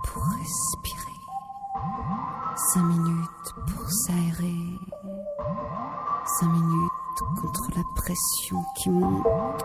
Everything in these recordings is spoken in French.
pour respirer, 5 minutes pour s'aérer, 5 minutes contre la pression qui monte.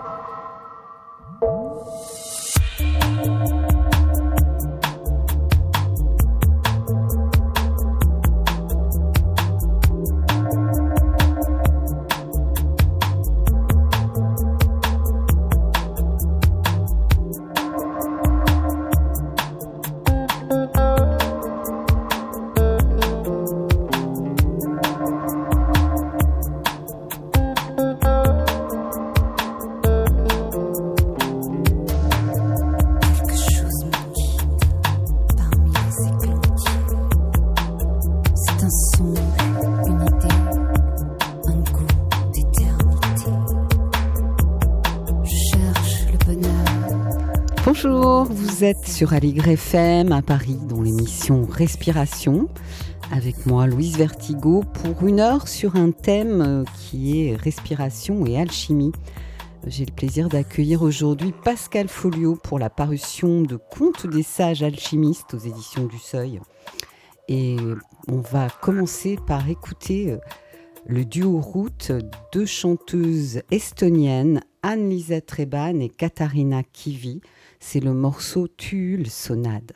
Bonjour, vous êtes sur Aligre FM à Paris dans l'émission Respiration avec moi Louise Vertigo pour 1 heure sur un thème qui est respiration et alchimie. J'ai le plaisir d'accueillir aujourd'hui Pascal Folliot pour la parution de Contes des sages alchimistes aux éditions du Seuil. Et on va commencer par écouter le duo Route, 2 chanteuses estoniennes, Anne-Liisa Treban et Katariina Kivi. C'est le morceau Tuul Sonade.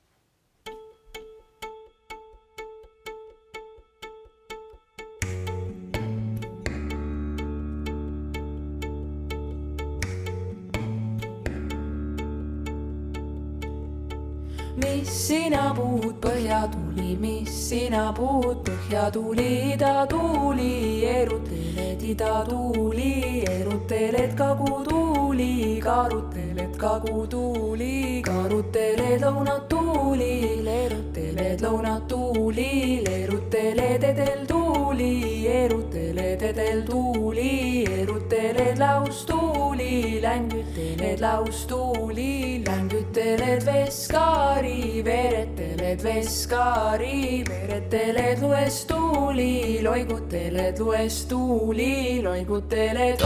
Mis sina puud põhjatuli, mis sina puud põhjatuli, ta tuuli, eruteled ida tuuli, eruteled kagutuuli, karuteled kagutuuli, karuteled lõunatuuli, eruteled lõunatuuli, eruteled edel tuuli, eruteled edel tuuli, eruteled laustuuli, längüteled laustuuli, längüteled veskaari. Vereteled veskaari, vereteled luestuuli, loiguteled luestuuli, loiguteled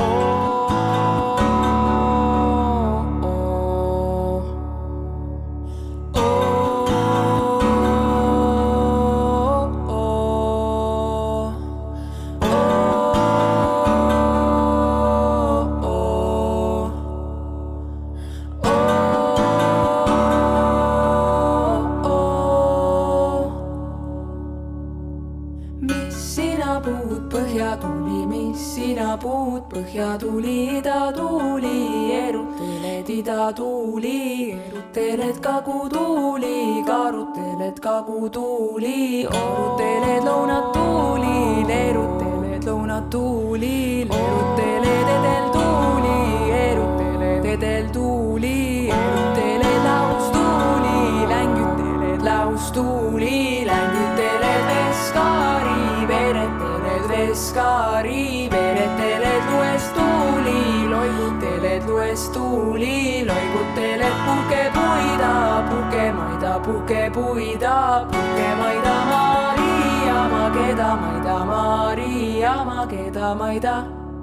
põhjatuli, ida tuuli, eruteled ida tuuli, eruteled kagutuuli, karuteled kagutuuli, oruteled lõunatuuli, eruteled lõunatuuli, eruteled edel tuuli, eruteled edel tuuli, eruteled laustuuli, längüteled laustuuli, längüteled veskaari, vereteled veskaari, vereteled luestuuli, loiguteled luestuuli, loiguteled pukepuida, pukemaida, pukepuida, pukemaida Maria, mageda maida Maria, mageda maida.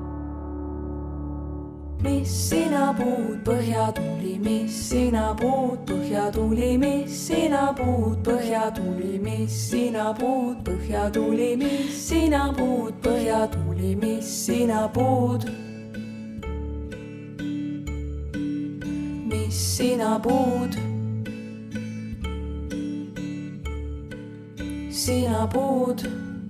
Mis sina puud põhjatuli, mis sina puud põhjatuli, mis sina puud põhjatuli, mis sina puud põhjatuli, mis sina puud põhjatuli, mis sina puud, mis sina puud, sina puud.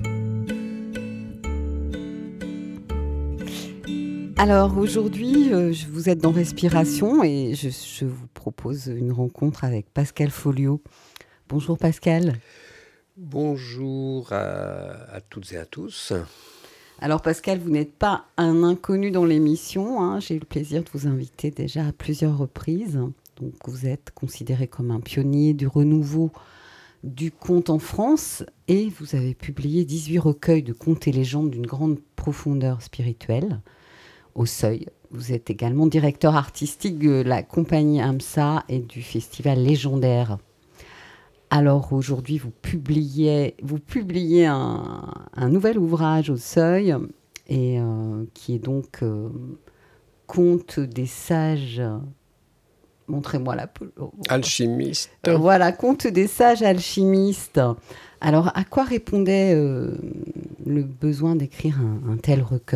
Alors aujourd'hui, vous êtes dans Respiration et je vous propose une rencontre avec Pascal Folliot. Bonjour Pascal. Bonjour à toutes et à tous. Alors Pascal, vous n'êtes pas un inconnu dans l'émission, hein. J'ai eu le plaisir de vous inviter déjà à plusieurs reprises. Donc vous êtes considéré comme un pionnier du renouveau du conte en France et vous avez publié 18 recueils de contes et légendes d'une grande profondeur spirituelle. Au Seuil. Vous êtes également directeur artistique de la compagnie AMSA et du festival légendaire. Alors aujourd'hui, vous publiez un nouvel ouvrage au Seuil et qui est donc Contes des sages Montrez-moi la... Alchimiste. Voilà, Conte des sages alchimistes. Alors, à quoi répondait le besoin d'écrire un tel recueil ?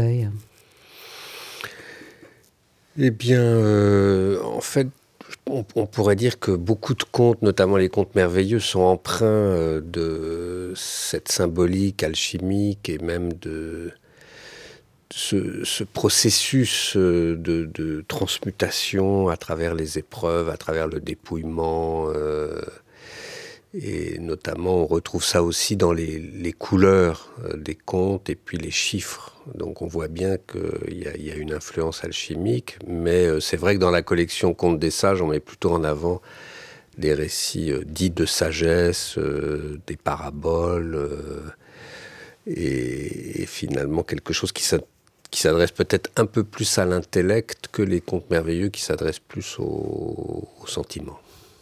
Eh bien, en fait, on pourrait dire que beaucoup de contes, notamment les contes merveilleux, sont empreints de cette symbolique alchimique et même de ce processus de transmutation à travers les épreuves, à travers le dépouillement. Et notamment, on retrouve ça aussi dans les couleurs des contes et puis les chiffres. Donc on voit bien qu'il y a une influence alchimique, mais c'est vrai que dans la collection Contes des sages, on met plutôt en avant des récits dits de sagesse, des paraboles, et finalement quelque chose qui s'adresse peut-être un peu plus à l'intellect que les contes merveilleux qui s'adressent plus aux sentiments.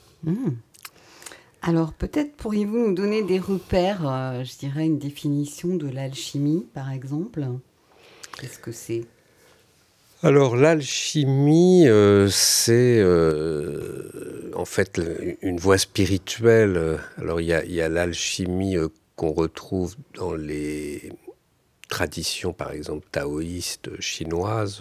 Alors, peut-être pourriez-vous nous donner des repères, je dirais une définition de l'alchimie, par exemple ? Qu'est-ce que c'est ? Alors, l'alchimie, c'est en fait une voie spirituelle. Alors, il y a l'alchimie qu'on retrouve dans les traditions, par exemple, taoïstes chinoises,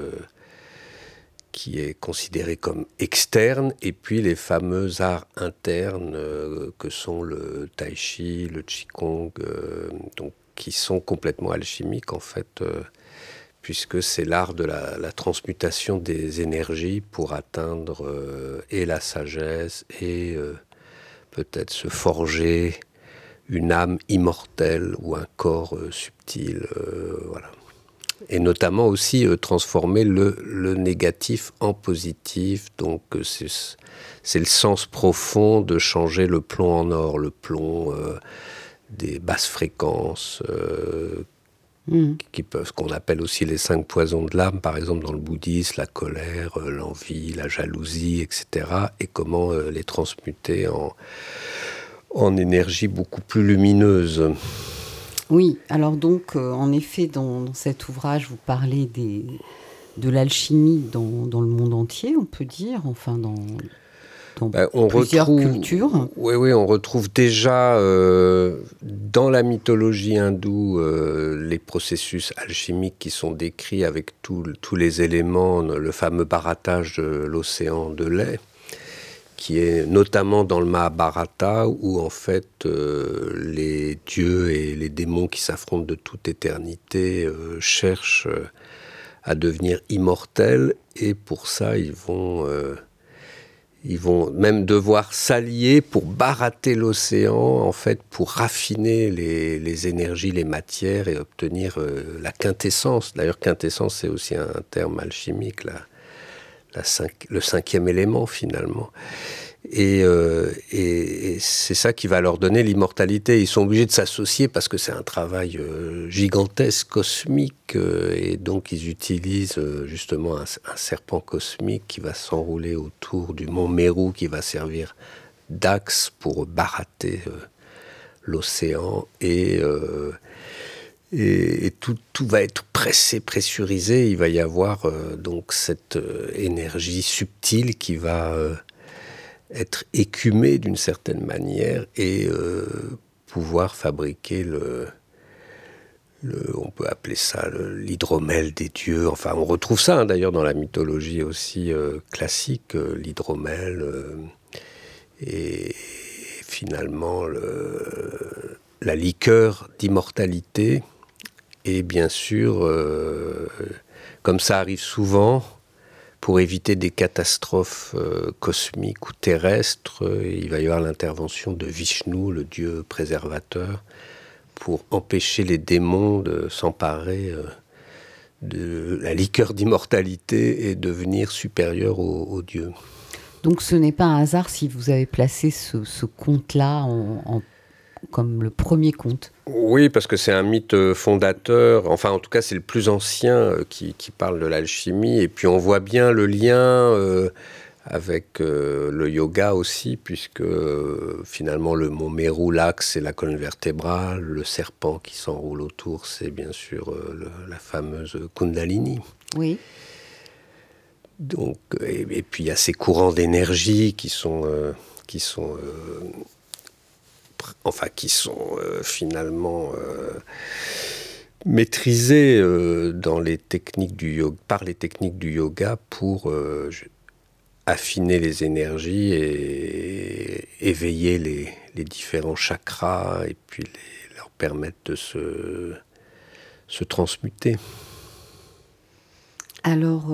qui est considéré comme externe, et puis les fameux arts internes que sont le tai chi, le qigong, donc, qui sont complètement alchimiques en fait, puisque c'est l'art de la transmutation des énergies pour atteindre et la sagesse et peut-être se forger une âme immortelle ou un corps subtil, voilà. Et notamment aussi transformer le négatif en positif. Donc c'est le sens profond de changer le plomb en or, le plomb des basses fréquences, qu'on appelle aussi les 5 poisons de l'âme, par exemple dans le bouddhisme, la colère, l'envie, la jalousie, etc. Et comment les transmuter en énergie beaucoup plus lumineuse. Oui, alors donc, en effet, dans cet ouvrage, vous parlez de l'alchimie dans le monde entier, on peut dire, enfin dans plusieurs cultures. Oui, on retrouve déjà dans la mythologie hindoue les processus alchimiques qui sont décrits avec tous les éléments, le fameux barattage de l'océan de lait, qui est notamment dans le Mahabharata, où en fait les dieux et les démons qui s'affrontent de toute éternité cherchent à devenir immortels, et pour ça ils vont même devoir s'allier pour barater l'océan, en fait, pour raffiner les énergies, les matières, et obtenir la quintessence. D'ailleurs, quintessence, c'est aussi un terme alchimique, le 5e élément, finalement. Et c'est ça qui va leur donner l'immortalité. Ils sont obligés de s'associer parce que c'est un travail gigantesque, cosmique, et donc ils utilisent justement un serpent cosmique qui va s'enrouler autour du mont Meru, qui va servir d'axe pour barater l'océan, et tout va être pressé, pressurisé. Il va y avoir donc cette énergie subtile qui va être écumée d'une certaine manière, et pouvoir fabriquer on peut appeler ça l'hydromel des dieux. Enfin, on retrouve ça d'ailleurs dans la mythologie aussi classique, l'hydromel, et finalement la liqueur d'immortalité. Et bien sûr, comme ça arrive souvent, pour éviter des catastrophes cosmiques ou terrestres, il va y avoir l'intervention de Vishnu, le dieu préservateur, pour empêcher les démons de s'emparer de la liqueur d'immortalité et devenir supérieurs aux dieux. Donc ce n'est pas un hasard si vous avez placé ce conte-là comme le premier conte. Oui, parce que c'est un mythe fondateur, enfin en tout cas c'est le plus ancien qui parle de l'alchimie, et puis on voit bien le lien avec le yoga aussi, puisque finalement le mont Meru, l'axe, c'est la colonne vertébrale, le serpent qui s'enroule autour, c'est bien sûr la fameuse Kundalini. Oui. Donc, et puis il y a ces courants d'énergie qui sont finalement maîtrisés dans les techniques du yoga, par les techniques du yoga pour affiner les énergies et éveiller les différents chakras et puis leur permettre de se transmuter. Alors,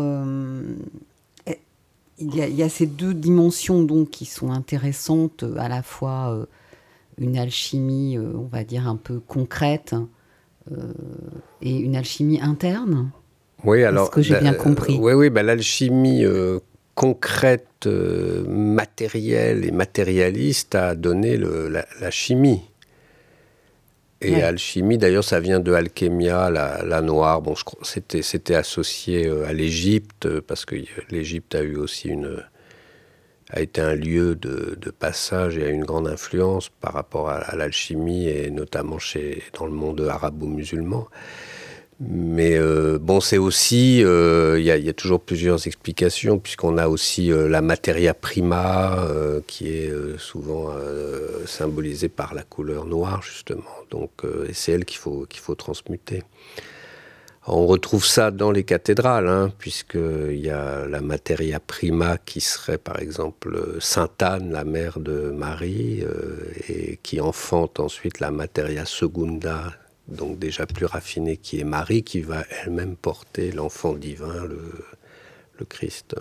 il y a ces deux dimensions donc, qui sont intéressantes, à la fois une alchimie, on va dire, un peu concrète et une alchimie interne. Oui, alors, est-ce que j'ai bien compris? Oui, l'alchimie concrète, matérielle et matérialiste a donné la chimie. Et ouais. Alchimie, d'ailleurs, ça vient de alchémia, la noire. Bon, je crois c'était associé à l'Égypte, parce que l'Égypte a eu aussi a été un lieu de passage et a une grande influence par rapport à l'alchimie, et notamment dans le monde arabo-musulman. Mais bon, c'est aussi, il y a toujours plusieurs explications, puisqu'on a aussi la materia prima, qui est souvent symbolisée par la couleur noire, justement. Donc, et c'est elle qu'il faut transmuter. On retrouve ça dans les cathédrales, puisqu'il y a la materia prima qui serait, par exemple, Sainte Anne, la mère de Marie, et qui enfante ensuite la materia secunda, donc déjà plus raffinée, qui est Marie, qui va elle-même porter l'enfant divin, le Christ.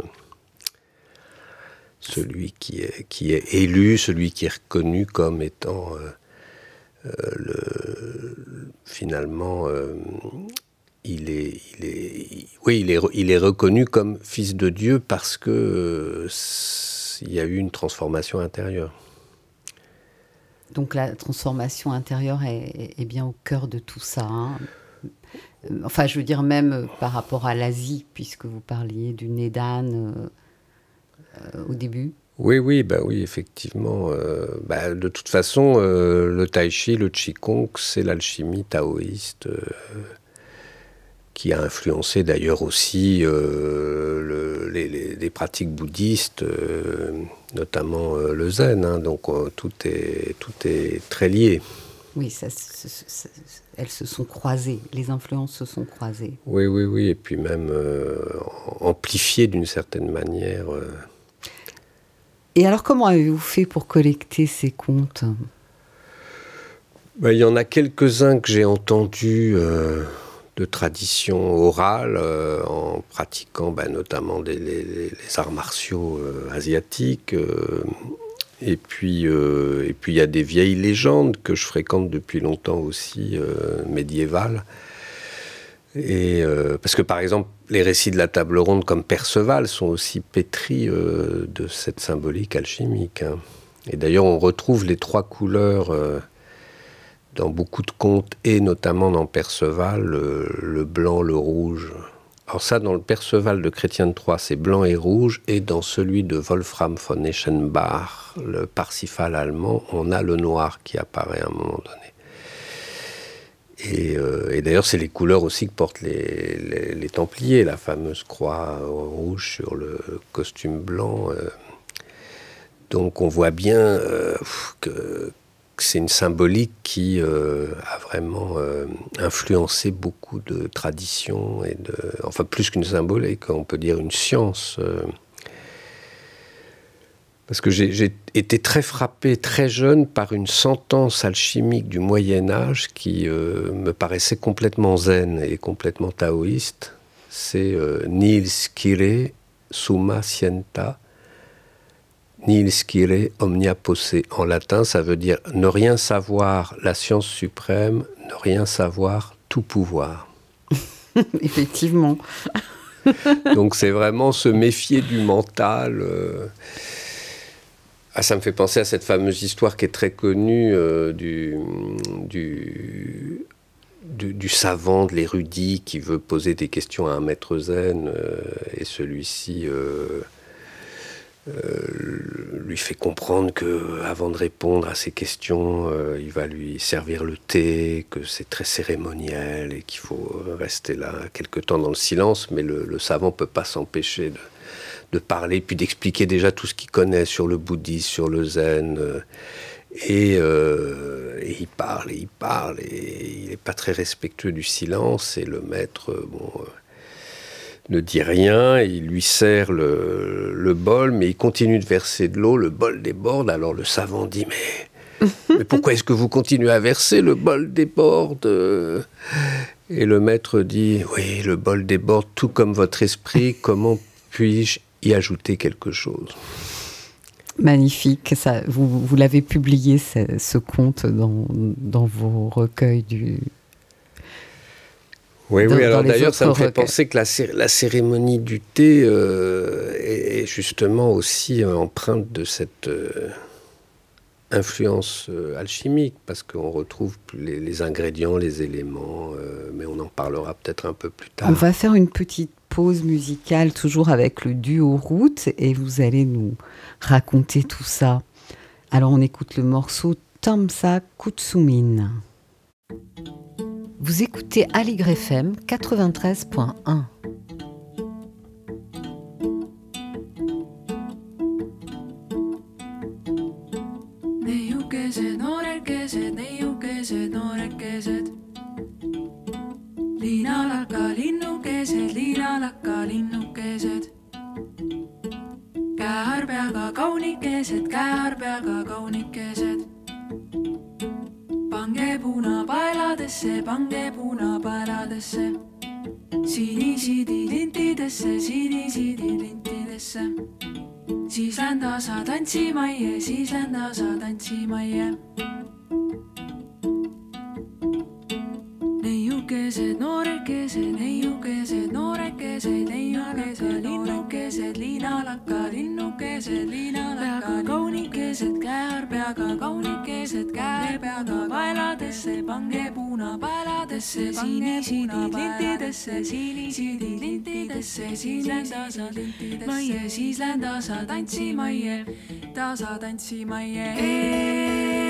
Celui qui est élu, celui qui est reconnu comme étant finalement, il est reconnu comme fils de Dieu parce que il y a eu une transformation intérieure. Donc la transformation intérieure est bien au cœur de tout ça. Enfin, je veux dire même par rapport à l'Asie, puisque vous parliez du Nédan au début. Oui, effectivement. De toute façon, le tai chi, le qigong, c'est l'alchimie taoïste qui a influencé d'ailleurs aussi les pratiques bouddhistes, notamment le zen. Donc tout est très lié. Oui, elles se sont croisées, les influences se sont croisées. Oui, et puis même amplifiées d'une certaine manière. Et alors, comment avez-vous fait pour collecter ces contes ? Il y en a quelques-uns que j'ai entendus de tradition orale, en pratiquant notamment les arts martiaux asiatiques. Et puis il y a des vieilles légendes que je fréquente depuis longtemps aussi, médiévales. Et parce que par exemple, les récits de la table ronde comme Perceval sont aussi pétris de cette symbolique alchimique. Et d'ailleurs, on retrouve les trois couleurs dans beaucoup de contes, et notamment dans Perceval, le blanc, le rouge. Alors ça, dans le Perceval de Chrétien de Troyes, c'est blanc et rouge, et dans celui de Wolfram von Eschenbach, le Parsifal allemand, on a le noir qui apparaît à un moment donné. Et d'ailleurs, c'est les couleurs aussi que portent les Templiers, la fameuse croix rouge sur le costume blanc. Donc on voit bien que c'est une symbolique qui a vraiment influencé beaucoup de traditions, enfin plus qu'une symbolique, on peut dire une science. Parce que j'ai été très frappé, très jeune, par une sentence alchimique du Moyen-Âge qui me paraissait complètement zen et complètement taoïste. C'est nihil scire summa scientia, nihil scire omnia posse. En latin, ça veut dire ne rien savoir, la science suprême, ne rien savoir, tout pouvoir. Effectivement. Donc c'est vraiment se méfier du mental. Ça me fait penser à cette fameuse histoire qui est très connue du savant, de l'érudit qui veut poser des questions à un maître zen, et celui-ci lui fait comprendre qu'avant de répondre à ces questions, il va lui servir le thé, que c'est très cérémoniel et qu'il faut rester là quelque temps dans le silence, mais le savant ne peut pas s'empêcher de parler, puis d'expliquer déjà tout ce qu'il connaît sur le bouddhisme, sur le zen. Et il parle, et il n'est pas très respectueux du silence, et le maître ne dit rien, il lui sert le bol, mais il continue de verser de l'eau, le bol déborde, alors le savant dit mais pourquoi est-ce que vous continuez à verser, le bol déborde Et le maître dit, oui, le bol déborde tout comme votre esprit, comment puis-je y ajouter quelque chose ? Magnifique, ça, vous l'avez publié ce conte dans vos recueils du... Oui, alors d'ailleurs ça me fait penser que la cérémonie du thé est justement aussi empreinte de cette influence alchimique, parce qu'on retrouve les ingrédients, les éléments, mais on en parlera peut-être un peu plus tard. On va faire une petite pause musicale, toujours avec le duo Route, et vous allez nous raconter tout ça. Alors on écoute le morceau Tamsa Kutsumin. Vous écoutez Aligre FM 93.1. Linnalakka linnukesed, käeharpeaga kaunikesed, käeharpeaga kaunikesed. Pange punapaeladesse, pange punapaeladesse, sinisidi lintidesse, sinisidi lintidesse. Siis lända sa tantsimajje, siis lända sa tantsimajje. Neiukesed, noorekesed, neiukesed, noorekesed, neiukesed, linnukesed, liinalakka, linnukesed, liinalakka, kaunikesed, käeharpeaga kaunikesed, käepeaga paeladesse, pange punapaeladesse, sinisidi lintidesse, sinisidi lintidesse, siis lända sa tantsimajje, siis lända sa tantsimajje, tasa tantsimajje.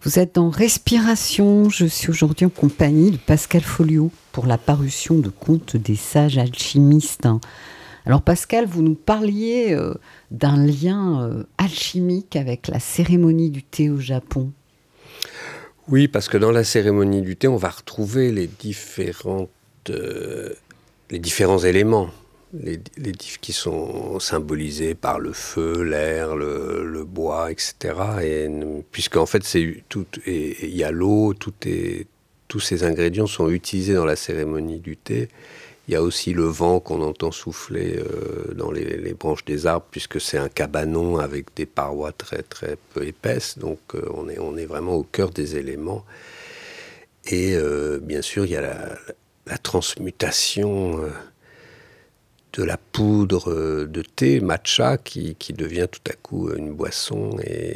Vous êtes dans Respiration. Je suis aujourd'hui en compagnie de Pascal Folliot pour la parution de Contes des sages alchimistes. Alors Pascal, vous nous parliez d'un lien alchimique avec la cérémonie du thé au Japon. Oui, parce que dans la cérémonie du thé, on va retrouver les différents éléments. Qui sont symbolisés par le feu, l'air, le bois, etc. Puisqu'en fait, il y a l'eau, tous ces ingrédients sont utilisés dans la cérémonie du thé. Il y a aussi le vent qu'on entend souffler dans les branches des arbres, puisque c'est un cabanon avec des parois très, très peu épaisses. Donc, on est vraiment au cœur des éléments. Et bien sûr, il y a la transmutation de la poudre de thé, matcha, qui devient tout à coup une boisson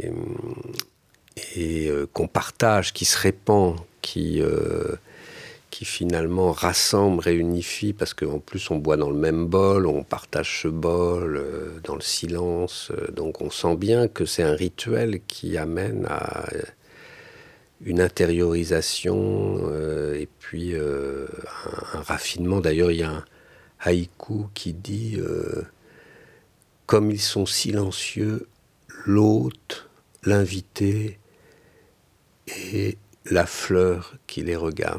et qu'on partage, qui se répand, qui finalement rassemble, réunifie, parce qu'en plus on boit dans le même bol, on partage ce bol dans le silence. Donc on sent bien que c'est un rituel qui amène à une intériorisation et puis un raffinement. D'ailleurs, il y a un haïku qui dit comme ils sont silencieux, l'hôte, l'invité et la fleur qui les regarde.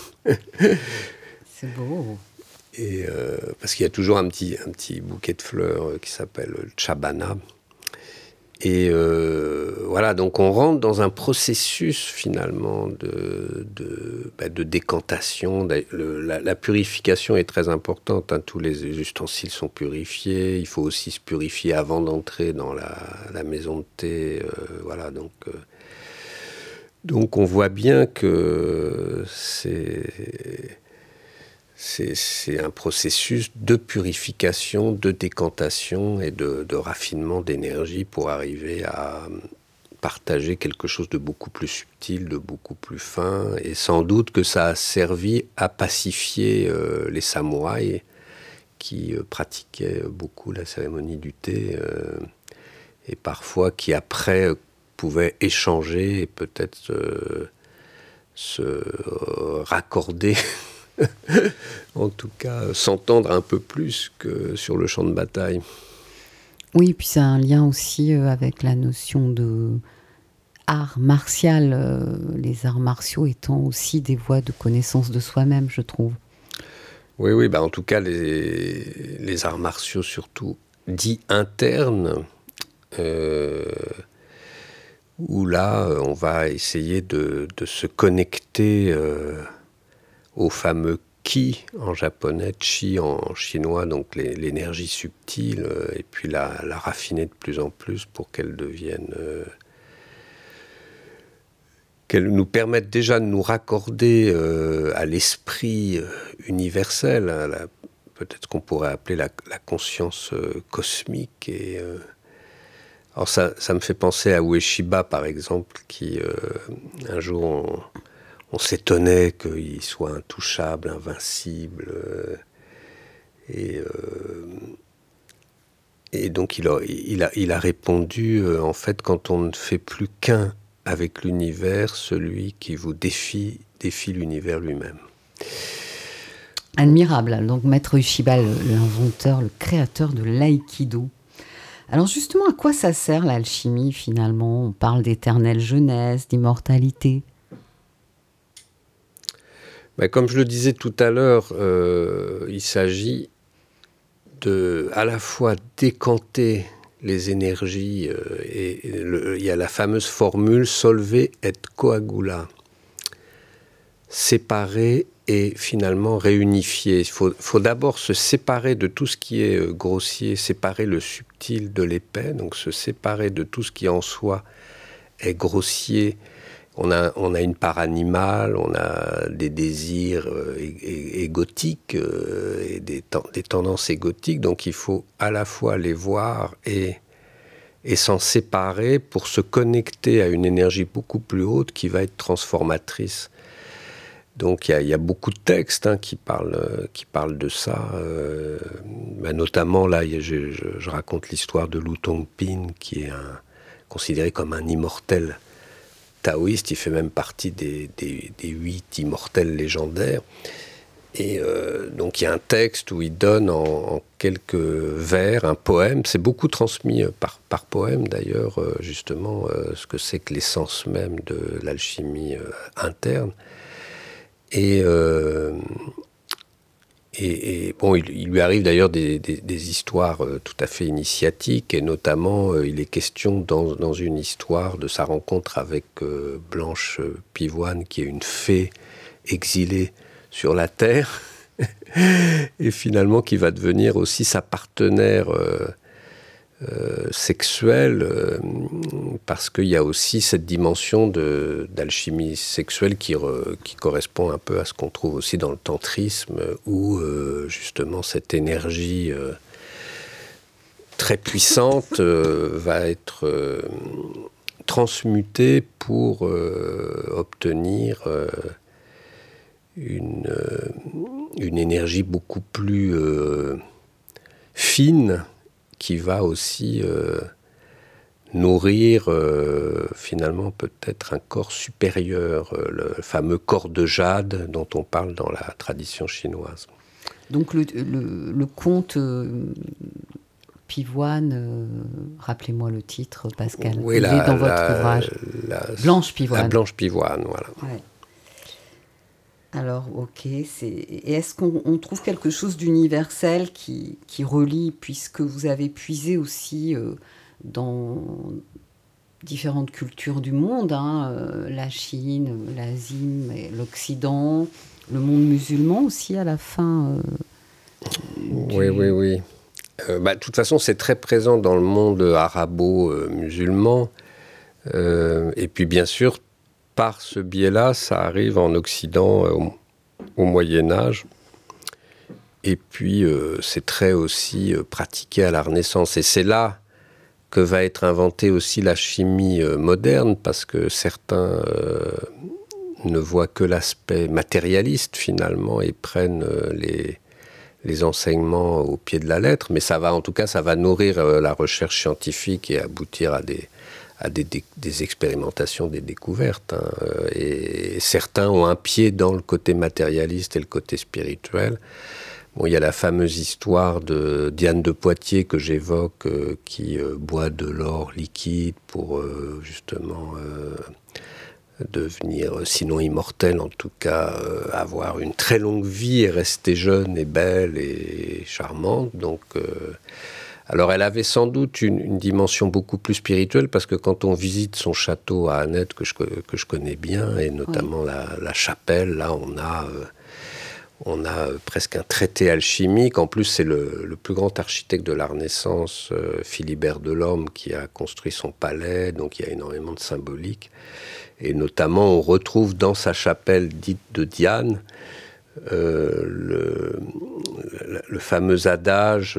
C'est beau. Et parce qu'il y a toujours un petit bouquet de fleurs qui s'appelle le chabana. Et voilà, donc on rentre dans un processus finalement de décantation. La purification est très importante, hein. Tous les ustensiles sont purifiés. Il faut aussi se purifier avant d'entrer dans la maison de thé. Voilà, donc on voit bien que c'est un processus de purification, de décantation et de raffinement d'énergie pour arriver à partager quelque chose de beaucoup plus subtil, de beaucoup plus fin. Et sans doute que ça a servi à pacifier les samouraïs qui pratiquaient beaucoup la cérémonie du thé et parfois qui après pouvaient échanger et peut-être se raccorder en tout cas, s'entendre un peu plus que sur le champ de bataille. Oui, puis c'est un lien aussi avec la notion de art martial, les arts martiaux étant aussi des voies de connaissance de soi-même, je trouve. Oui, en tout cas, les arts martiaux, surtout dits internes, où là, on va essayer de se connecter au fameux ki en japonais, chi en chinois, donc l'énergie subtile, et puis la raffiner de plus en plus pour qu'elle devienne... qu'elle nous permette déjà de nous raccorder à l'esprit universel, hein, peut-être qu'on pourrait appeler la conscience cosmique. Alors ça me fait penser à Ueshiba, par exemple, qui un jour... On s'étonnait qu'il soit intouchable, invincible. Et donc il a répondu, en fait, quand on ne fait plus qu'un avec l'univers, celui qui vous défie l'univers lui-même. Admirable. Donc Maître Ueshiba, l'inventeur, le créateur de l'aïkido. Alors justement, à quoi ça sert l'alchimie finalement ? On parle d'éternelle jeunesse, d'immortalité. Comme je le disais tout à l'heure, il s'agit à la fois décanter les énergies, il y a la fameuse formule solve et coagula, séparer et finalement réunifier. Il faut d'abord se séparer de tout ce qui est grossier, séparer le subtil de l'épais, donc se séparer de tout ce qui en soi est grossier. On a une part animale, on a des désirs égotiques et des tendances égotiques, donc il faut à la fois les voir et s'en séparer pour se connecter à une énergie beaucoup plus haute qui va être transformatrice. Donc il y a beaucoup de textes qui parlent de ça, notamment là je raconte l'histoire de Lu Tongpin qui est considéré comme un immortel taoïste, il fait même partie des 8 immortels légendaires. Et donc il y a un texte où il donne en quelques vers un poème. C'est beaucoup transmis par poème d'ailleurs, justement, ce que c'est que l'essence même de l'alchimie interne. Et bon, il lui arrive d'ailleurs des histoires tout à fait initiatiques, et notamment il est question dans une histoire de sa rencontre avec Blanche Pivoine, qui est une fée exilée sur la terre, et finalement qui va devenir aussi sa partenaire sexuelle, parce qu'il y a aussi cette dimension d'alchimie sexuelle qui correspond un peu à ce qu'on trouve aussi dans le tantrisme, où justement cette énergie très puissante va être transmutée pour obtenir une énergie beaucoup plus fine, qui va aussi nourrir finalement peut-être un corps supérieur, le fameux corps de jade dont on parle dans la tradition chinoise. Donc le conte Pivoine, rappelez-moi le titre, Pascal, oui, il est dans votre ouvrage. Blanche Pivoine. La Blanche Pivoine, voilà. Ouais. Alors, ok, et est-ce qu'on trouve quelque chose d'universel qui relie, puisque vous avez puisé aussi dans différentes cultures du monde, la Chine, l'Asie, l'Occident, le monde musulman aussi à la fin. Oui. De toute façon, c'est très présent dans le monde arabo-musulman. Et puis, bien sûr, par ce biais-là, ça arrive en Occident au Moyen-Âge. Et puis, c'est très aussi pratiqué à la Renaissance. Et c'est là que va être inventée aussi la chimie moderne, parce que certains ne voient que l'aspect matérialiste, finalement, et prennent les enseignements au pied de la lettre. Mais ça va, en tout cas, ça va nourrir la recherche scientifique et aboutir à des expérimentations, des découvertes. Et certains ont un pied dans le côté matérialiste et le côté spirituel. Bon, il y a la fameuse histoire de Diane de Poitiers que j'évoque, qui boit de l'or liquide pour justement devenir, sinon immortelle, en tout cas avoir une très longue vie et rester jeune et belle et charmante. Donc alors, elle avait sans doute une dimension beaucoup plus spirituelle, parce que quand on visite son château à Annette, que je connais bien, et notamment la chapelle, là, on a presque un traité alchimique. En plus, c'est le plus grand architecte de la Renaissance, Philibert Delorme, qui a construit son palais, donc il y a énormément de symbolique. Et notamment, on retrouve dans sa chapelle dite de Diane le fameux adage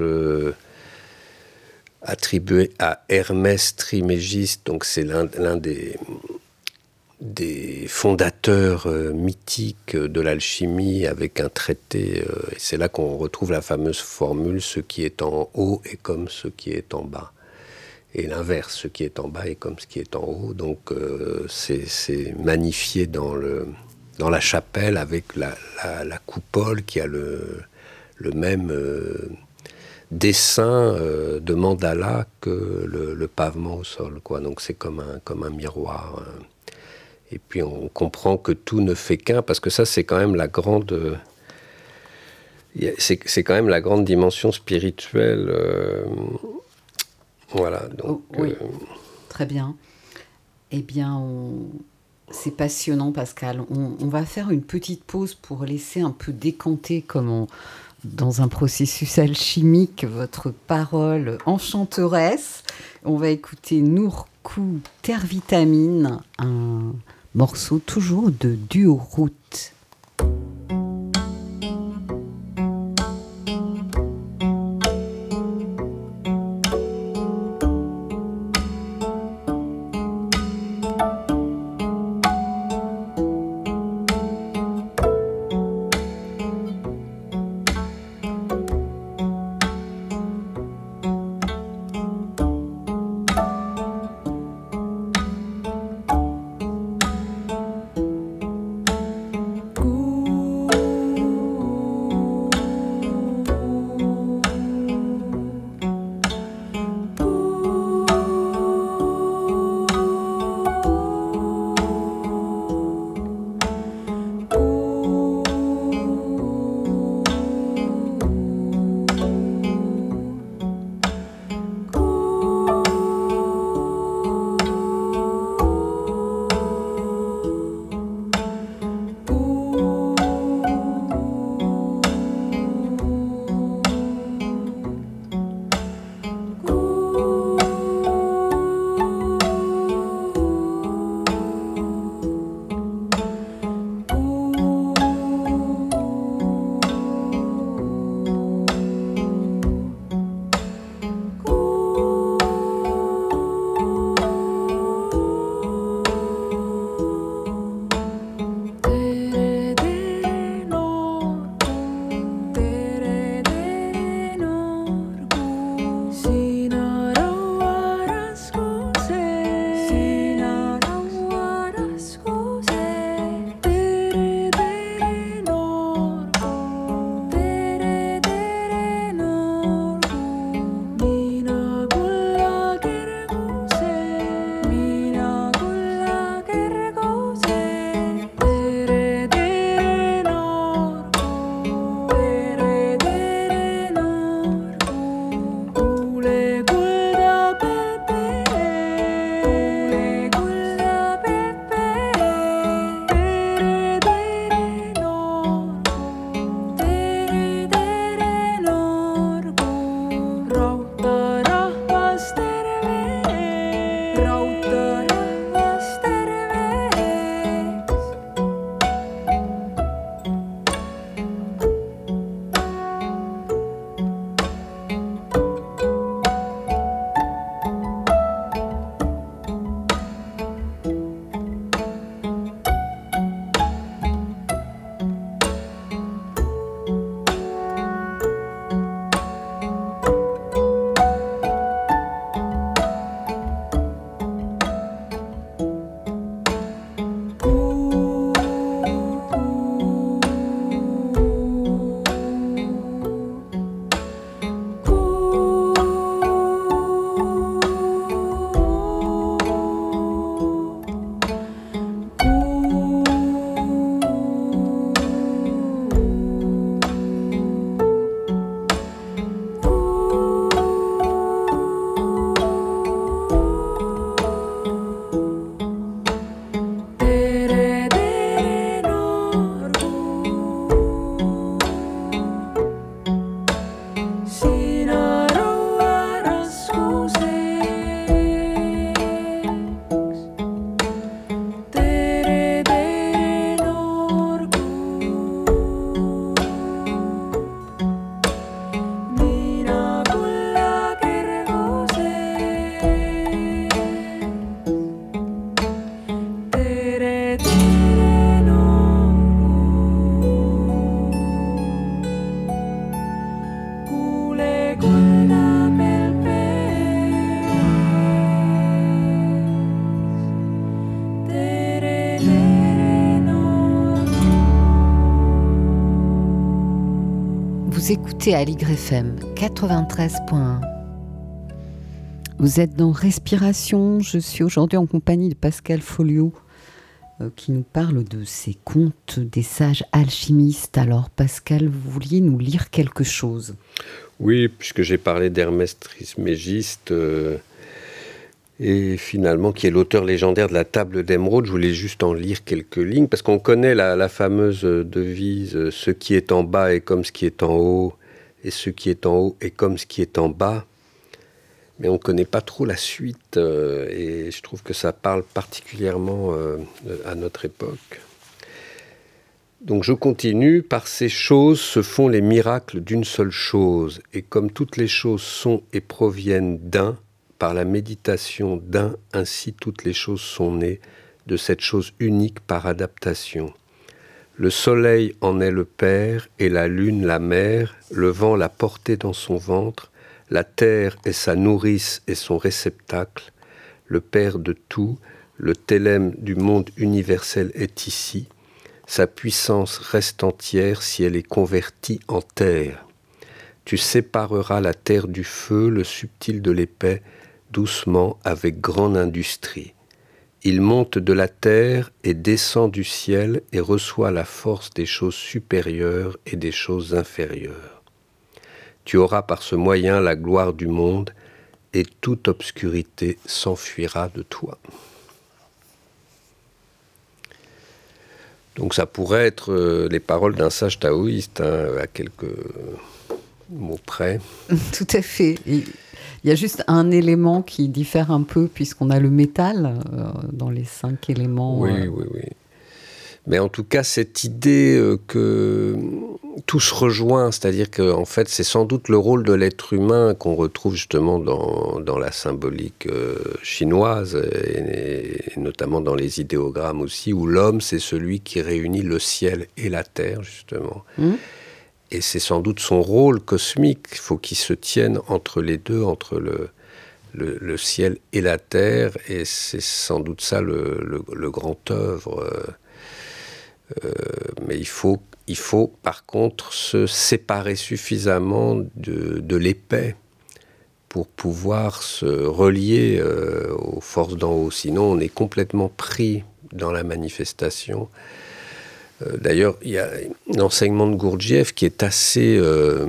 attribué à Hermès Trismégiste, donc c'est l'un des fondateurs mythiques de l'alchimie, avec un traité, et c'est là qu'on retrouve la fameuse formule « ce qui est en haut est comme ce qui est en bas ». Et l'inverse, ce qui est en bas est comme ce qui est en haut. Donc c'est magnifié dans la chapelle, avec la coupole qui a le même dessin de mandala que le pavement au sol, quoi. Donc c'est comme un miroir. Et puis on comprend que tout ne fait qu'un, parce que ça c'est quand même la grande dimension spirituelle. Voilà. Donc, oui, très bien. Eh bien, c'est passionnant, Pascal. On va faire une petite pause pour laisser un peu décanter, comme dans un processus alchimique, votre parole enchanteresse. On va écouter Nourkou Terre Vitamine, un morceau toujours de Duo Route. Vous écoutez Aligre FM 93.1. Vous êtes dans Respiration. Je suis aujourd'hui en compagnie de Pascal Folliot qui nous parle de ses contes des sages alchimistes. Alors Pascal, vous vouliez nous lire quelque chose? Oui, puisque j'ai parlé d'Hermès Trismégiste et finalement qui est l'auteur légendaire de la table d'émeraude, je voulais juste en lire quelques lignes parce qu'on connaît la fameuse devise « Ce qui est en bas est comme ce qui est en haut et ce qui est en haut est comme ce qui est en bas ». Mais on ne connaît pas trop la suite et je trouve que ça parle particulièrement à notre époque. Donc je continue, par ces choses se font les miracles d'une seule chose, et comme toutes les choses sont et proviennent d'un, par la méditation d'un, ainsi toutes les choses sont nées de cette chose unique par adaptation. Le soleil en est le père, et la lune la mère, le vent l'a porté dans son ventre, la terre est sa nourrice et son réceptacle, le père de tout, le télème du monde universel est ici. Sa puissance reste entière si elle est convertie en terre. Tu sépareras la terre du feu, le subtil de l'épais, doucement, avec grande industrie. Il monte de la terre et descend du ciel et reçoit la force des choses supérieures et des choses inférieures. Tu auras par ce moyen la gloire du monde et toute obscurité s'enfuira de toi. Donc ça pourrait être les paroles d'un sage taoïste, à quelques mots près. Tout à fait. Il y a juste un élément qui diffère un peu, puisqu'on a le métal dans les 5 éléments. Oui. Mais en tout cas, cette idée que tout se rejoint, c'est-à-dire qu'en fait, c'est sans doute le rôle de l'être humain qu'on retrouve justement dans la symbolique chinoise, et notamment dans les idéogrammes aussi, où l'homme, c'est celui qui réunit le ciel et la terre, justement. Et c'est sans doute son rôle cosmique. Il faut qu'il se tienne entre les deux, entre le ciel et la terre, et c'est sans doute ça le grand œuvre. Mais il faut par contre se séparer suffisamment de l'épais pour pouvoir se relier aux forces d'en haut. Sinon, on est complètement pris dans la manifestation. D'ailleurs, il y a l'enseignement de Gurdjieff qui est assez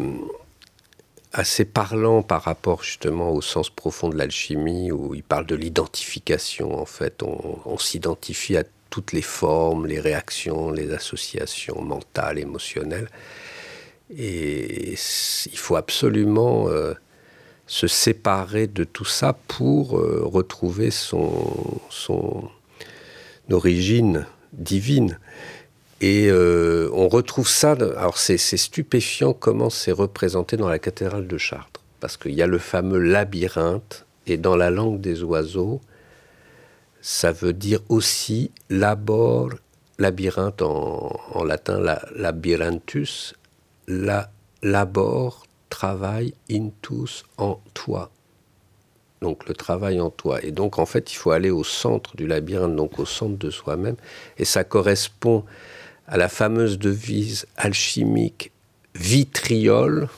parlant par rapport justement au sens profond de l'alchimie, où il parle de l'identification. En fait, on s'identifie à toutes les formes, les réactions, les associations mentales, émotionnelles. Et il faut absolument se séparer de tout ça pour retrouver son origine divine. Et on retrouve ça, alors c'est stupéfiant comment c'est représenté dans la cathédrale de Chartres, parce qu'il y a le fameux labyrinthe, et dans la langue des oiseaux, ça veut dire aussi labor, labyrinthe en latin, labyrinthus, labor, travail, intus, en toi. Donc le travail en toi. Et donc en fait, il faut aller au centre du labyrinthe, donc au centre de soi-même. Et ça correspond à la fameuse devise alchimique vitriol,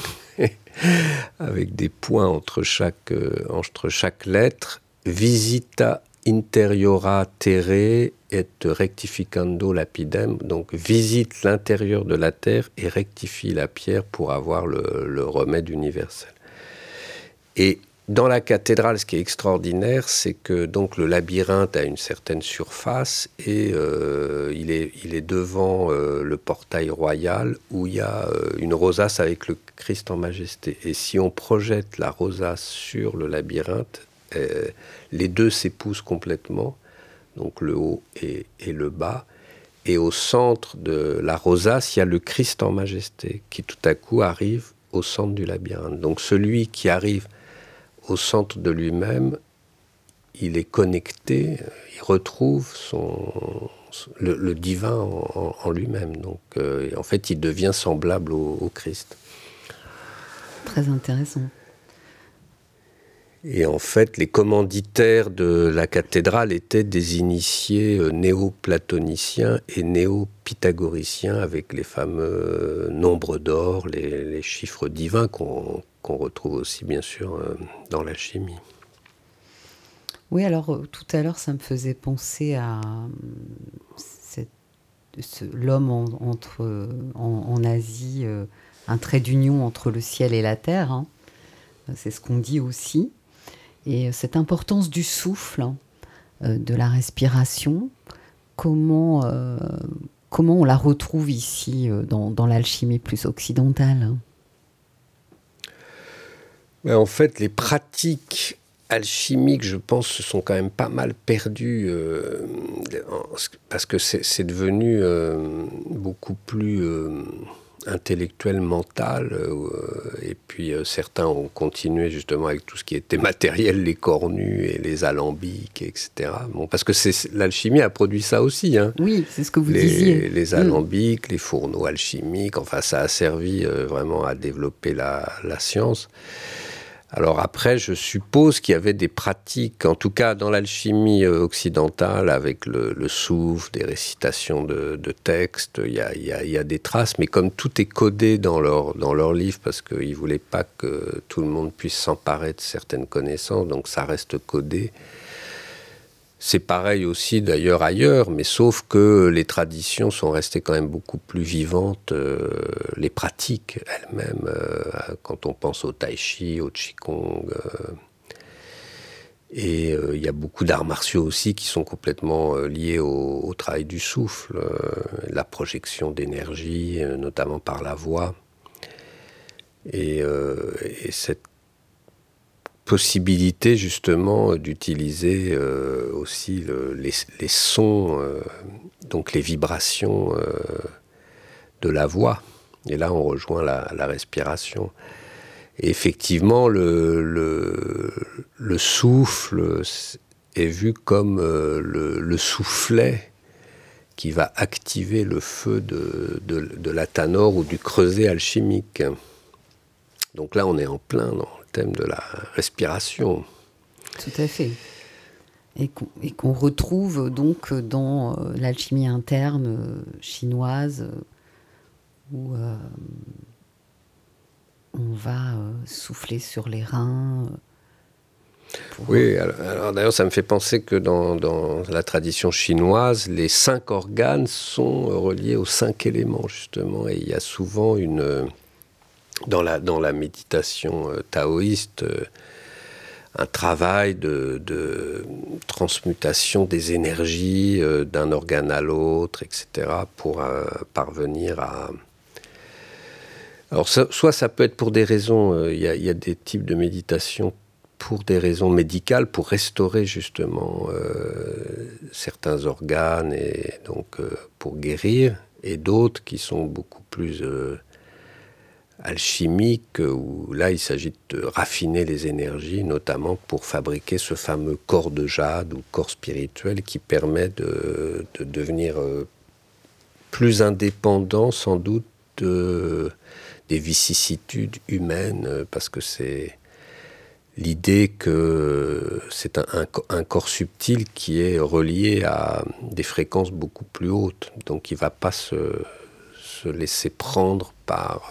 avec des points entre chaque lettre, visita interiora terre et rectificando lapidem, donc visite l'intérieur de la terre et rectifie la pierre pour avoir le remède universel. Et dans la cathédrale, ce qui est extraordinaire, c'est que donc le labyrinthe a une certaine surface et il est devant le portail royal où il y a une rosace avec le Christ en majesté. Et si on projette la rosace sur le labyrinthe, les deux s'épousent complètement, donc le haut et le bas. Et au centre de la rosace, il y a le Christ en majesté qui tout à coup arrive au centre du labyrinthe. Donc celui qui arrive au centre de lui-même, il est connecté, il retrouve le divin en lui-même. Donc en fait, il devient semblable au Christ. Très intéressant. Et en fait, les commanditaires de la cathédrale étaient des initiés néo-platoniciens et néo-pythagoriciens avec les fameux nombres d'or, les chiffres divins qu'on retrouve aussi bien sûr dans l'alchimie. Oui, alors tout à l'heure, ça me faisait penser à l'homme en Asie, un trait d'union entre le ciel et la terre, hein. C'est ce qu'on dit aussi. Et cette importance du souffle, de la respiration, comment on la retrouve ici dans l'alchimie plus occidentale? En fait, les pratiques alchimiques, je pense, se sont quand même pas mal perdues parce que c'est devenu beaucoup plus intellectuel, mental, et puis certains ont continué justement avec tout ce qui était matériel, les cornues et les alambics, etc. Bon, parce que l'alchimie a produit ça aussi. Hein. Oui, c'est ce que vous disiez. Les alambics, les fourneaux alchimiques, enfin ça a servi vraiment à développer la science. Alors après, je suppose qu'il y avait des pratiques, en tout cas dans l'alchimie occidentale, avec le souffle, des récitations de textes, il y a des traces, mais comme tout est codé dans leur livre, parce qu'ils ne voulaient pas que tout le monde puisse s'emparer de certaines connaissances, donc ça reste codé. C'est pareil aussi d'ailleurs ailleurs, mais sauf que les traditions sont restées quand même beaucoup plus vivantes, les pratiques elles-mêmes, quand on pense au tai chi, au qigong, et il y a beaucoup d'arts martiaux aussi qui sont complètement liés au travail du souffle, la projection d'énergie, notamment par la voix, et cette possibilité justement d'utiliser aussi les sons, donc les vibrations de la voix. Et là, on rejoint la respiration. Et effectivement, le souffle est vu comme le soufflet qui va activer le feu de la tanore ou du creuset alchimique. Donc là, on est en plein dans le thème de la respiration. Tout à fait. Et qu'on retrouve donc dans l'alchimie interne chinoise, où on va souffler sur les reins. Oui, alors d'ailleurs, ça me fait penser que dans la tradition chinoise, les 5 organes sont reliés aux 5 éléments, justement. Et il y a souvent dans la méditation taoïste, un travail de transmutation des énergies d'un organe à l'autre, etc., pour parvenir à... Alors, soit ça peut être pour des raisons, il y a des types de méditation pour des raisons médicales, pour restaurer justement certains organes, et donc pour guérir, et d'autres qui sont beaucoup plus... alchimique, où là il s'agit de raffiner les énergies, notamment pour fabriquer ce fameux corps de jade ou corps spirituel qui permet de devenir plus indépendant sans doute des vicissitudes humaines, parce que c'est l'idée que c'est un corps subtil qui est relié à des fréquences beaucoup plus hautes, donc il ne va pas se laisser prendre par...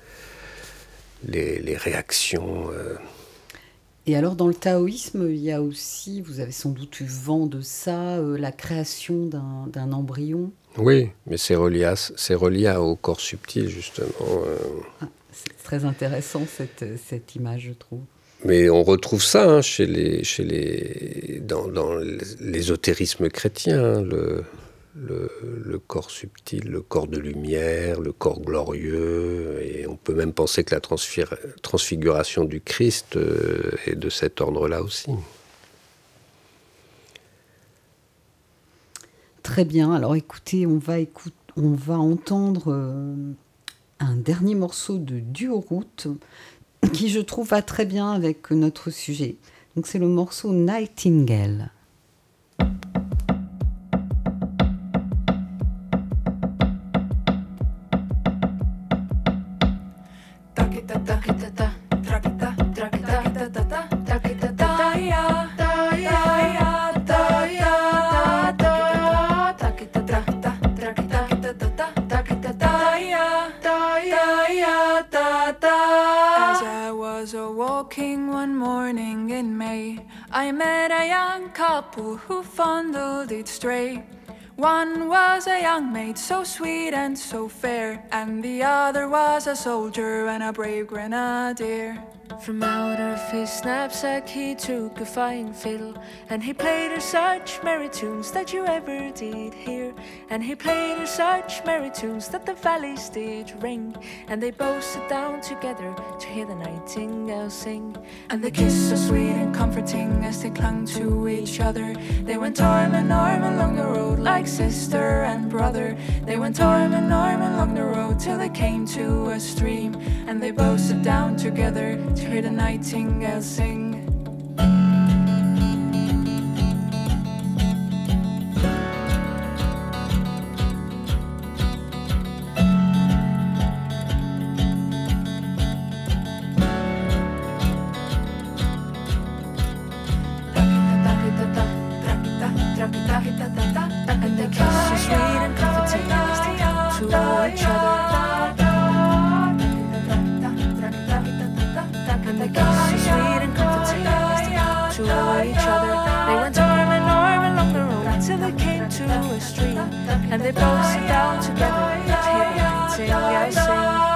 les réactions. Et alors, dans le taoïsme, il y a aussi, vous avez sans doute eu vent de ça, la création d'un embryon. Oui, mais c'est relié au corps subtil, justement. C'est très intéressant, cette image, je trouve. Mais on retrouve ça hein, dans l'ésotérisme chrétien, hein, le corps subtil, le corps de lumière, le corps glorieux, et on peut même penser que la transfiguration du Christ est de cet ordre-là aussi. Très bien, alors écoutez, on va entendre un dernier morceau de Duo-Root qui je trouve va très bien avec notre sujet. Donc c'est le morceau Nightingale. Takita takita ta, trakita trakita ta ta ta, takita ta. I met a young couple who fondled each stray. One was a young maid, so sweet and so fair, and the other was a soldier and a brave grenadier. From out of his knapsack he took a fine fiddle, and he played her such merry tunes that you ever did hear. And he played her such merry tunes that the valleys did ring, and they both sat down together to hear the nightingale sing. And they kissed so sweet and comforting as they clung to each other. They went arm in arm along the road like sister and brother. They went arm in arm along the road till they came to a stream, and they both sat down together to hear the nightingale sing. And they kiss so sweet and comforting as they come to each other. And they kiss so sweet and comforting as they come to each other. They went arm in arm along the road till they came to a stream, and they both sat down together to hear the nightingale sing.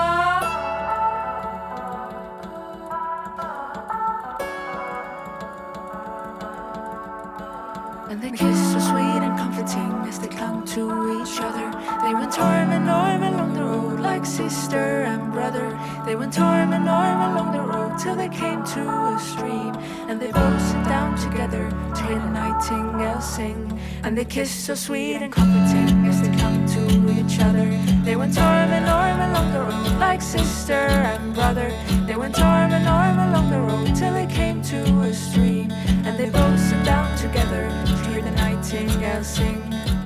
And they kissed so sweet and comforting as they clung to each other. They went arm in arm along the road like sister and brother. They went arm in arm along the road till they came to a stream, and they both sat down together to hear the nightingale sing. And they kissed so sweet and comforting as they clung to each other. They went arm in arm along the road like sister and brother. They went arm in arm along the road till they came to a stream, and they both sat down together to hear the nightingale sing.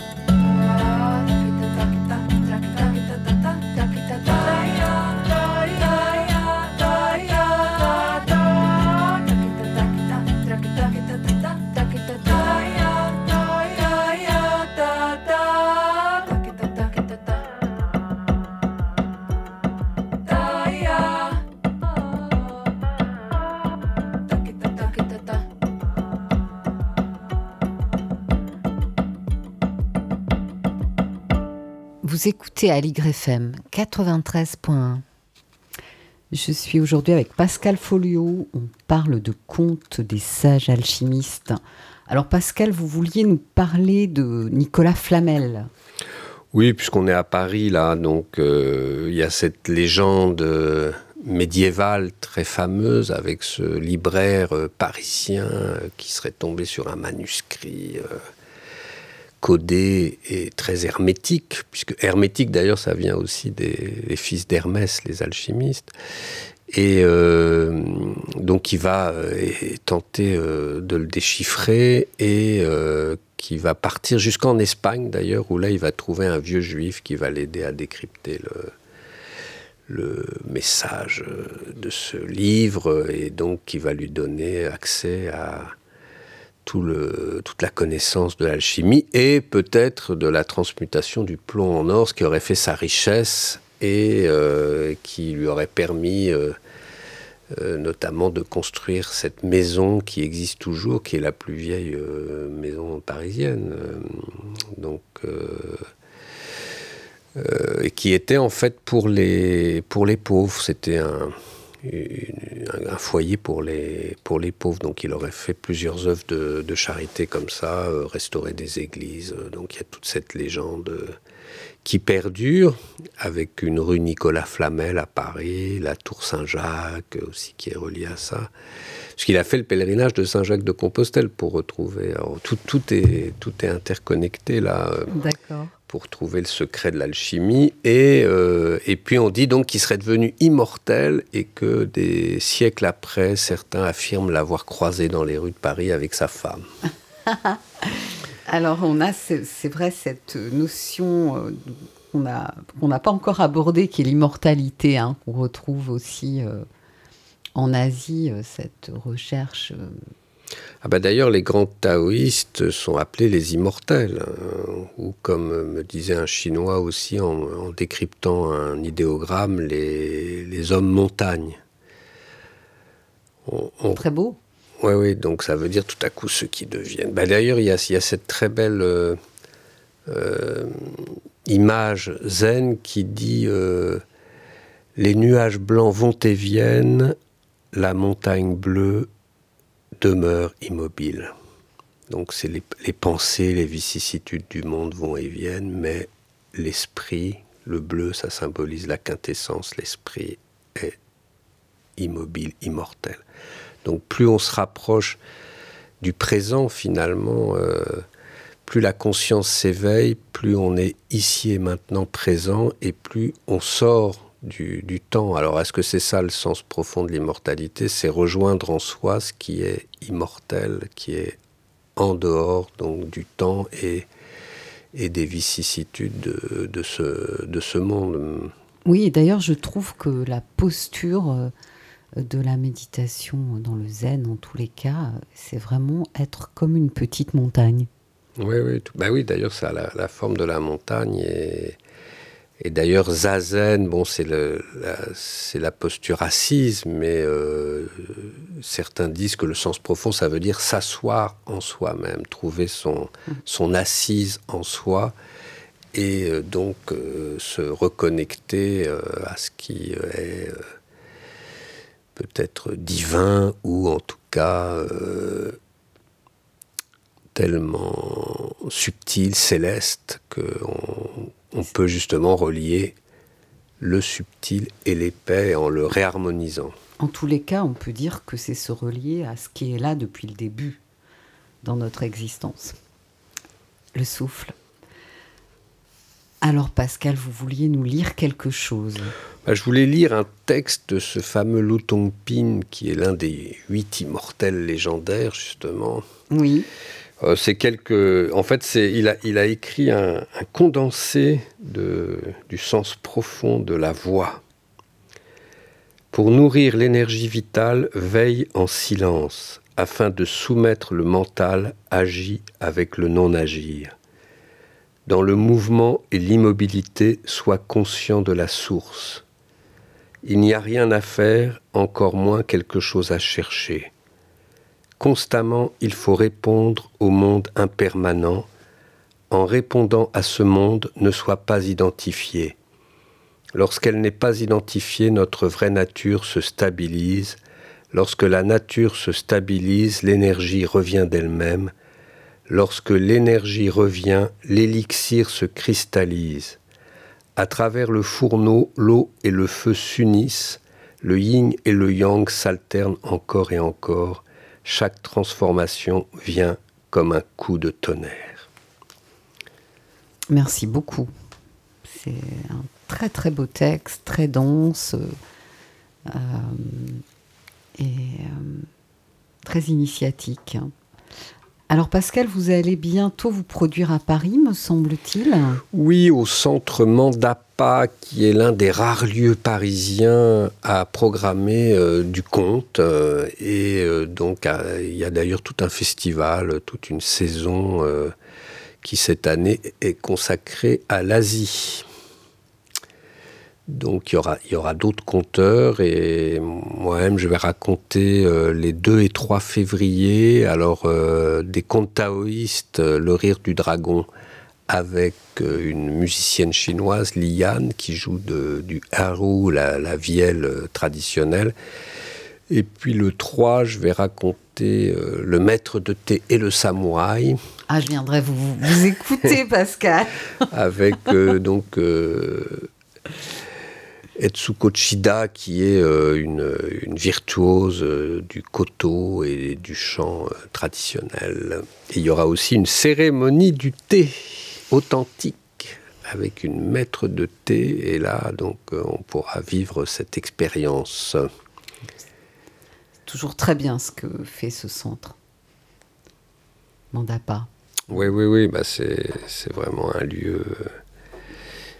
Vous écoutez Aligre FM 93.1. Je suis aujourd'hui avec Pascal Folliot. On parle de contes des sages alchimistes. Alors Pascal, vous vouliez nous parler de Nicolas Flamel. Oui, puisqu'on est à Paris là, donc il y a cette légende médiévale très fameuse avec ce libraire parisien qui serait tombé sur un manuscrit codé et très hermétique, puisque hermétique d'ailleurs ça vient aussi des fils d'Hermès, les alchimistes, et donc il va tenter de le déchiffrer et qui va partir jusqu'en Espagne d'ailleurs, où là il va trouver un vieux juif qui va l'aider à décrypter le message de ce livre, et donc qui va lui donner accès à toute la connaissance de l'alchimie et peut-être de la transmutation du plomb en or, ce qui aurait fait sa richesse et qui lui aurait permis notamment de construire cette maison qui existe toujours, qui est la plus vieille maison parisienne, et qui était en fait pour les pauvres. C'était un foyer pour les pauvres, donc il aurait fait plusieurs œuvres de charité comme ça, restaurer des églises, donc il y a toute cette légende qui perdure, avec une rue Nicolas Flamel à Paris, la tour Saint-Jacques aussi qui est reliée à ça, parce qu'il a fait le pèlerinage de Saint-Jacques de Compostelle pour retrouver, alors, tout est interconnecté là. D'accord. Pour trouver le secret de l'alchimie, et puis on dit donc qu'il serait devenu immortel, et que des siècles après, certains affirment l'avoir croisé dans les rues de Paris avec sa femme. Alors on a, c'est vrai, cette notion qu'on n'a pas encore abordée, qui est l'immortalité, hein, qu'on retrouve aussi en Asie, cette recherche... D'ailleurs, les grands taoïstes sont appelés les immortels, ou comme me disait un Chinois aussi en décryptant un idéogramme, les hommes montagnes. Très beau. Oui, donc ça veut dire tout à coup ceux qui deviennent. D'ailleurs, il y a cette très belle image zen qui dit les nuages blancs vont et viennent, la montagne bleue demeure immobile. Donc c'est les pensées, les vicissitudes du monde vont et viennent, mais l'esprit, le bleu, ça symbolise la quintessence, l'esprit est immobile, immortel. Donc plus on se rapproche du présent finalement, plus la conscience s'éveille, plus on est ici et maintenant présent et plus on sort du temps. Alors est-ce que c'est ça le sens profond de l'immortalité ? C'est rejoindre en soi ce qui est immortel, qui est en dehors donc, du temps et des vicissitudes de ce monde. Oui, et d'ailleurs je trouve que la posture de la méditation dans le zen, en tous les cas, c'est vraiment être comme une petite montagne. Oui, d'ailleurs ça a la forme de la montagne et d'ailleurs zazen, bon c'est la posture assise, mais certains disent que le sens profond ça veut dire s'asseoir en soi-même, trouver son assise en soi et donc se reconnecter à ce qui est peut-être divin ou en tout cas tellement subtil, céleste, qu'on peut justement relier le subtil et l'épais en le réharmonisant. En tous les cas, on peut dire que c'est se relier à ce qui est là depuis le début dans notre existence. Le souffle. Alors Pascal, vous vouliez nous lire quelque chose ? Je voulais lire un texte de ce fameux Lu Tongpin, qui est l'un des 8 immortels légendaires, justement. Oui. En fait, il a écrit un condensé du sens profond de la voix. Pour nourrir l'énergie vitale, veille en silence, afin de soumettre le mental agi avec le non-agir. Dans le mouvement et l'immobilité, sois conscient de la source. Il n'y a rien à faire, encore moins quelque chose à chercher. Constamment, il faut répondre au monde impermanent. En répondant à ce monde, ne sois pas identifié. Lorsqu'elle n'est pas identifiée, notre vraie nature se stabilise. Lorsque la nature se stabilise, l'énergie revient d'elle-même. Lorsque l'énergie revient, l'élixir se cristallise. À travers le fourneau, l'eau et le feu s'unissent. Le yin et le yang s'alternent encore et encore. Chaque transformation vient comme un coup de tonnerre. Merci beaucoup. C'est un très très beau texte, très dense et très initiatique. Alors Pascal, vous allez bientôt vous produire à Paris, me semble-t-il ? Oui, au centre Mandapa, qui est l'un des rares lieux parisiens à programmer du conte. Donc il y a d'ailleurs tout un festival, toute une saison qui cette année est consacrée à l'Asie. Donc il y aura d'autres conteurs et moi-même je vais raconter les 2 et 3 février alors des contes taoïstes, le rire du dragon avec une musicienne chinoise, Lian, qui joue du erhu, la vielle traditionnelle. Et puis le 3, je vais raconter le maître de thé et le samouraï. Ah, je viendrai vous écouter, Pascal. Avec Etsuko Chida, qui est une virtuose du koto et du chant traditionnel. Et il y aura aussi une cérémonie du thé authentique avec une maître de thé. Et là, donc, on pourra vivre cette expérience. C'est toujours très bien ce que fait ce centre. Mandapa. Oui. C'est vraiment un lieu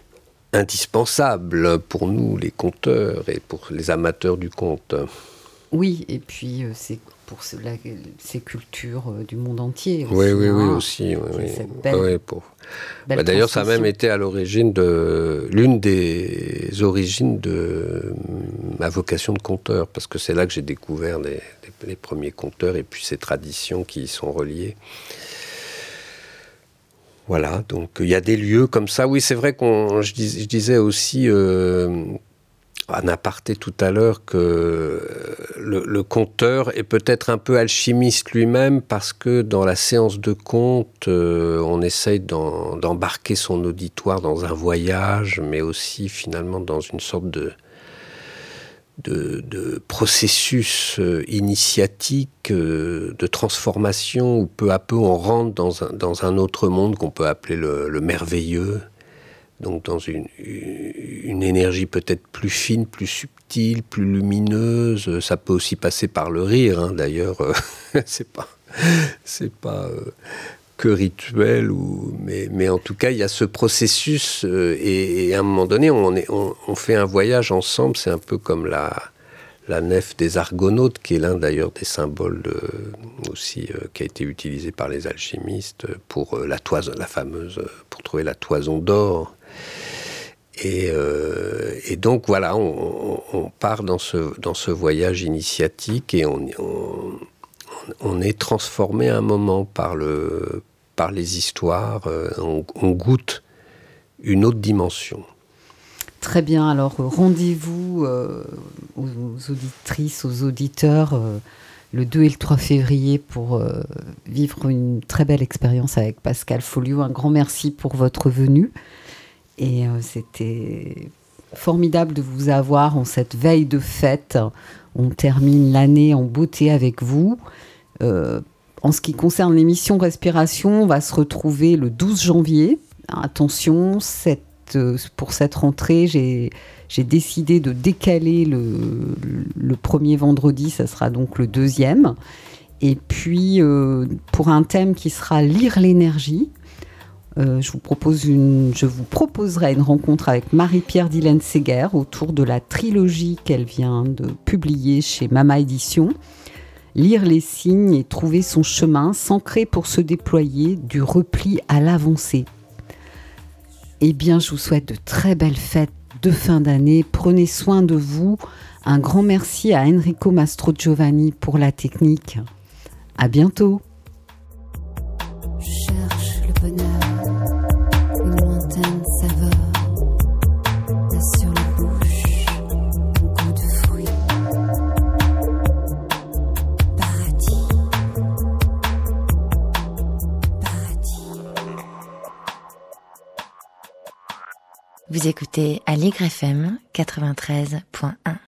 indispensable pour nous, les conteurs, et pour les amateurs du conte. Oui, et puis c'est pour ces cultures du monde entier aussi. Oui, aussi. D'ailleurs, ça a même été à l'origine l'une des origines de ma vocation de conteur, parce que c'est là que j'ai découvert les premiers conteurs et puis ces traditions qui y sont reliées. Voilà, donc il y a des lieux comme ça. Oui, c'est vrai je disais aussi en aparté tout à l'heure que le conteur est peut-être un peu alchimiste lui-même, parce que dans la séance de conte, on essaye d'embarquer son auditoire dans un voyage, mais aussi finalement dans une sorte de processus initiatique, de transformation, où peu à peu on rentre dans un autre monde qu'on peut appeler le merveilleux. Donc dans une énergie peut-être plus fine, plus subtile, plus lumineuse. Ça peut aussi passer par le rire, hein, d'ailleurs. C'est pas que rituel, mais en tout cas il y a ce processus et à un moment donné on fait un voyage ensemble. C'est un peu comme la nef des Argonautes, qui est l'un d'ailleurs des symboles aussi qui a été utilisé par les alchimistes pour la fameuse, pour trouver la toison d'or. Et donc voilà, on part dans ce voyage initiatique, et on est transformé à un moment par les histoires. On goûte une autre dimension. Très bien, alors rendez-vous aux auditrices, aux auditeurs le 2 et le 3 février pour vivre une très belle expérience avec Pascal Folliot. Un grand merci pour votre venue. Et c'était formidable de vous avoir en cette veille de fête. On termine l'année en beauté avec vous. En ce qui concerne l'émission Respiration, on va se retrouver le 12 janvier. Attention, pour cette rentrée, j'ai décidé de décaler le premier vendredi, ça sera donc le deuxième. Et puis, pour un thème qui sera lire l'énergie, je vous proposerai une rencontre avec Marie-Pierre Dillène-Séguer autour de la trilogie qu'elle vient de publier chez Mama Édition. Lire les signes et trouver son chemin, s'ancrer pour se déployer du repli à l'avancée. Eh bien, je vous souhaite de très belles fêtes de fin d'année. Prenez soin de vous. Un grand merci à Enrico Mastrogiovanni pour la technique. À bientôt. Je cherche le bonheur, une lointaine saveur, sur la bouche, un goût de fruits. Paradis. Vous écoutez Aligre FM 93.1.